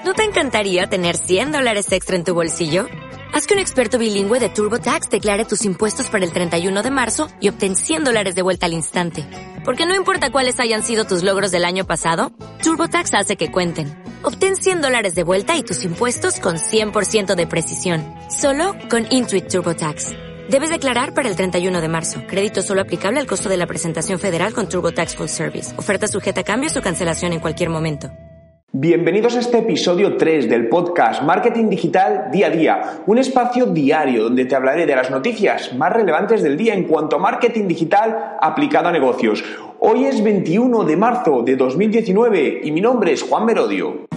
¿No te encantaría tener $100 extra en tu bolsillo? Haz que un experto bilingüe de TurboTax declare tus impuestos para el 31 de marzo y obtén $100 de vuelta al instante. Porque no importa cuáles hayan sido tus logros del año pasado, TurboTax hace que cuenten. Obtén $100 de vuelta y tus impuestos con 100% de precisión. Solo con Intuit TurboTax. Debes declarar para el 31 de marzo. Crédito solo aplicable al costo de la presentación federal con TurboTax Full Service. Oferta sujeta a cambios o cancelación en cualquier momento. Bienvenidos a este episodio 3 del podcast Marketing Digital Día a Día, un espacio diario donde te hablaré de las noticias más relevantes del día en cuanto a marketing digital aplicado a negocios. Hoy es 21 de marzo de 2019 y mi nombre es Juan Merodio.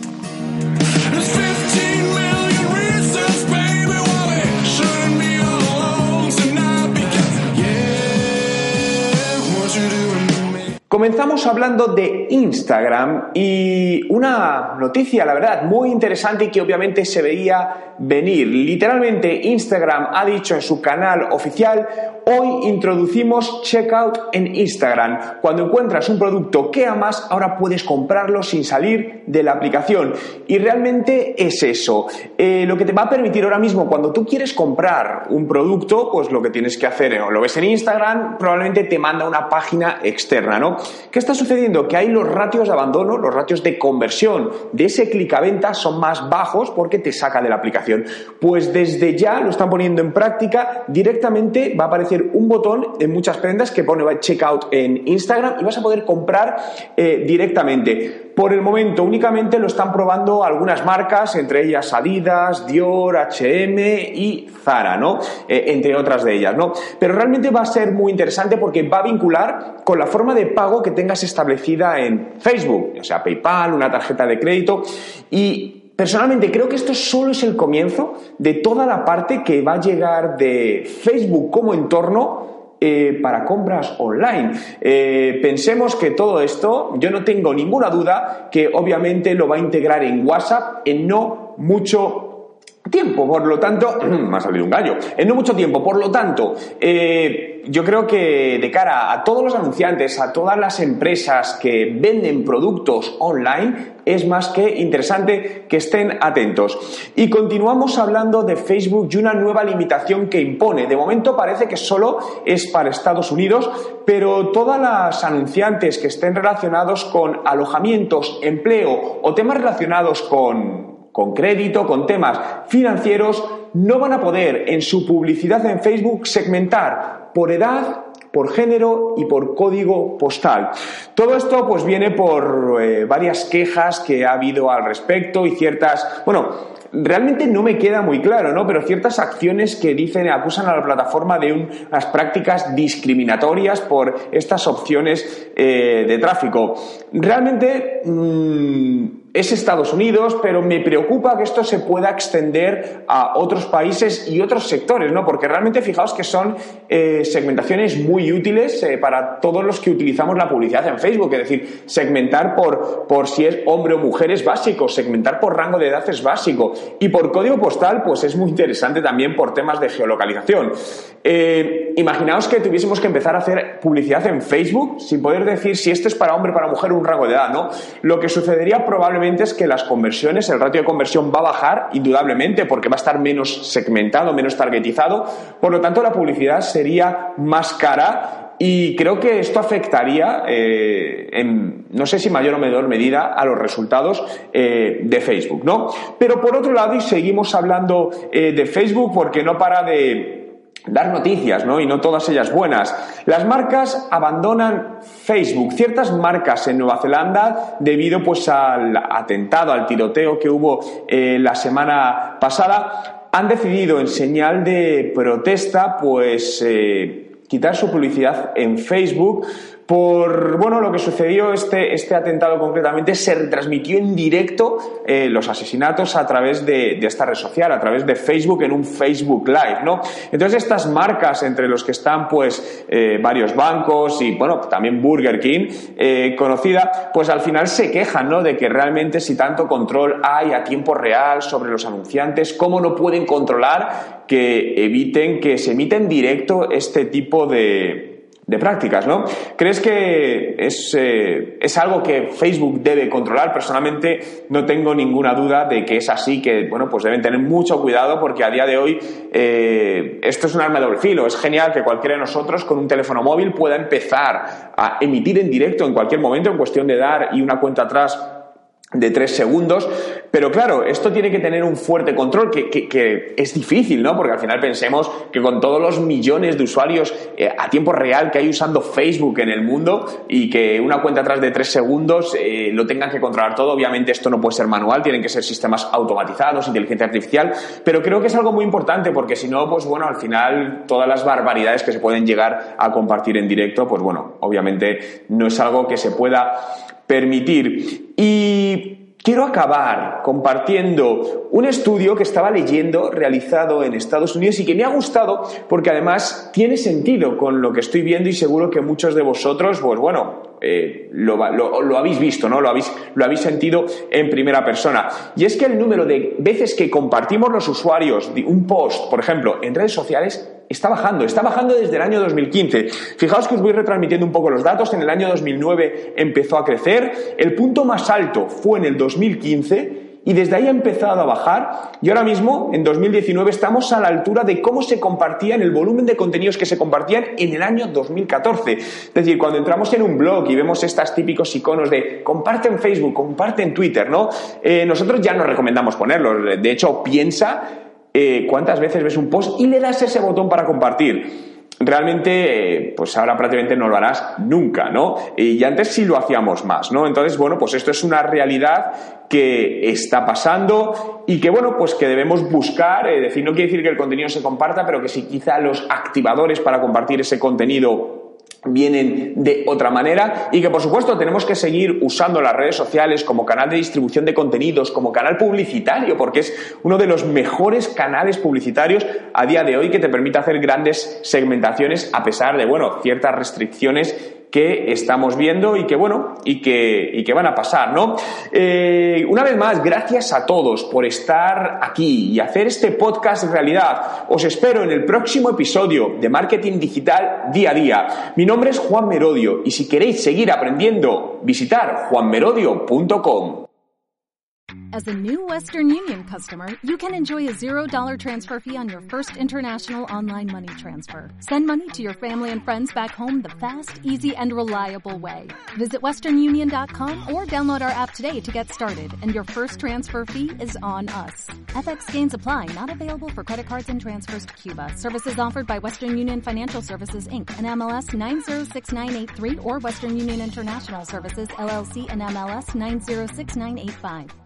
Comenzamos hablando de Instagram y una noticia, la verdad, muy interesante y que obviamente se veía venir. Literalmente, Instagram ha dicho en su canal oficial: hoy introducimos checkout en Instagram. Cuando encuentras un producto que amas, ahora puedes comprarlo sin salir de la aplicación. Y realmente es eso. Lo que te va a permitir ahora mismo, cuando tú quieres comprar un producto, pues lo que tienes que hacer, lo ves en Instagram, probablemente te manda una página externa, ¿no? ¿Qué está sucediendo? Que ahí los ratios de abandono, los ratios de conversión de ese clic a venta son más bajos porque te saca de la aplicación. Pues desde ya lo están poniendo en práctica. Directamente va a aparecer un botón en muchas prendas que pone checkout en Instagram y vas a poder comprar directamente. Por el momento únicamente lo están probando algunas marcas, entre ellas Adidas, Dior, H&M y Zara, ¿no? Entre otras de ellas, ¿no? Pero realmente va a ser muy interesante porque va a vincular con la forma de pago que tengas establecida en Facebook, o sea, PayPal, una tarjeta de crédito. Y personalmente creo que esto solo es el comienzo de toda la parte que va a llegar de Facebook como entorno para compras online. Pensemos que todo esto, yo no tengo ninguna duda que obviamente lo va a integrar en WhatsApp en no mucho tiempo, por lo tanto, me ha salido un gallo, en no mucho tiempo, por lo tanto, yo creo que de cara a todos los anunciantes, a todas las empresas que venden productos online, es más que interesante que estén atentos. Y continuamos hablando de Facebook y una nueva limitación que impone. De momento parece que solo es para Estados Unidos, pero todas las anunciantes que estén relacionados con alojamientos, empleo o temas relacionados con crédito, con temas financieros, no van a poder en su publicidad en Facebook segmentar por edad, por género y por código postal. Todo esto pues viene por varias quejas que ha habido al respecto y ciertas, realmente no me queda muy claro, ¿no? Pero ciertas acciones que acusan a la plataforma de unas prácticas discriminatorias por estas opciones de tráfico. Realmente es Estados Unidos, pero me preocupa que esto se pueda extender a otros países y otros sectores, ¿no? Porque realmente fijaos que son segmentaciones muy útiles para todos los que utilizamos la publicidad en Facebook. Es decir, segmentar por si es hombre o mujer es básico, segmentar por rango de edad es básico y por código postal pues es muy interesante también por temas de geolocalización. Imaginaos que tuviésemos que empezar a hacer publicidad en Facebook sin poder decir si esto es para hombre o para mujer un rango de edad, ¿no? Lo que sucedería probablemente es que las conversiones, el ratio de conversión va a bajar indudablemente porque va a estar menos segmentado, menos targetizado, por lo tanto la publicidad sería más cara y creo que esto afectaría en no sé si mayor o menor medida a los resultados de Facebook, ¿no? Pero por otro lado, y seguimos hablando de Facebook porque no para de dar noticias, ¿no? Y no todas ellas buenas. Las marcas abandonan Facebook. Ciertas marcas en Nueva Zelanda, debido pues al atentado, al tiroteo que hubo la semana pasada, han decidido en señal de protesta pues quitar su publicidad en Facebook por lo que sucedió. Este atentado concretamente se retransmitió en directo los asesinatos a través de esta red social, a través de Facebook, en un Facebook Live, ¿no? Entonces estas marcas, entre los que están pues varios bancos y también Burger King, conocida, pues al final se quejan, ¿no? De que realmente si tanto control hay a tiempo real sobre los anunciantes, ¿cómo no pueden controlar que eviten que se emita en directo este tipo de prácticas, ¿no? ¿Crees que es algo que Facebook debe controlar? Personalmente no tengo ninguna duda de que es así, que, bueno, pues deben tener mucho cuidado porque a día de hoy esto es un arma de doble filo. Es genial que cualquiera de nosotros con un teléfono móvil pueda empezar a emitir en directo en cualquier momento, en cuestión de dar y una cuenta atrás de 3 segundos, pero claro, esto tiene que tener un fuerte control que es difícil, ¿no? Porque al final pensemos que con todos los millones de usuarios a tiempo real que hay usando Facebook en el mundo y que una cuenta atrás de 3 segundos lo tengan que controlar todo, obviamente esto no puede ser manual, tienen que ser sistemas automatizados, inteligencia artificial, pero creo que es algo muy importante porque si no, pues bueno, al final todas las barbaridades que se pueden llegar a compartir en directo, pues bueno, obviamente no es algo que se pueda permitir. Y quiero acabar compartiendo un estudio que estaba leyendo realizado en Estados Unidos y que me ha gustado porque además tiene sentido con lo que estoy viendo y seguro que muchos de vosotros, pues bueno, lo habéis visto, ¿no? Lo habéis sentido en primera persona. Y es que el número de veces que compartimos los usuarios de un post, por ejemplo, en redes sociales, está bajando desde el año 2015. Fijaos que os voy retransmitiendo un poco los datos. En el año 2009 empezó a crecer, el punto más alto fue en el 2015 y desde ahí ha empezado a bajar y ahora mismo, en 2019, estamos a la altura de cómo se compartían, el volumen de contenidos que se compartían en el año 2014. Es decir, cuando entramos en un blog y vemos estos típicos iconos de comparte en Facebook, comparte en Twitter, ¿no? Nosotros ya no recomendamos ponerlos. De hecho, piensa cuántas veces ves un post y le das ese botón para compartir. Realmente, pues ahora prácticamente no lo harás nunca, ¿no? Y antes sí lo hacíamos más, ¿no? Entonces, bueno, pues esto es una realidad que está pasando y que, bueno, pues que debemos buscar, decir, no quiere decir que el contenido se comparta, pero que si quizá los activadores para compartir ese contenido vienen de otra manera y que por supuesto tenemos que seguir usando las redes sociales como canal de distribución de contenidos, como canal publicitario, porque es uno de los mejores canales publicitarios a día de hoy que te permite hacer grandes segmentaciones a pesar de, bueno, ciertas restricciones que estamos viendo y que, bueno, y que van a pasar, ¿no? Una vez más, gracias a todos por estar aquí y hacer este podcast realidad. Os espero en el próximo episodio de Marketing Digital Día a Día. Mi nombre es Juan Merodio y si queréis seguir aprendiendo, visitar juanmerodio.com. As a new Western Union customer, you can enjoy a $0 transfer fee on your first international online money transfer. Send money to your family and friends back home the fast, easy, and reliable way. Visit westernunion.com or download our app today to get started, and your first transfer fee is on us. FX gains apply, not available for credit cards and transfers to Cuba. Services offered by Western Union Financial Services, Inc., and MLS 906983, or Western Union International Services, LLC, and MLS 906985.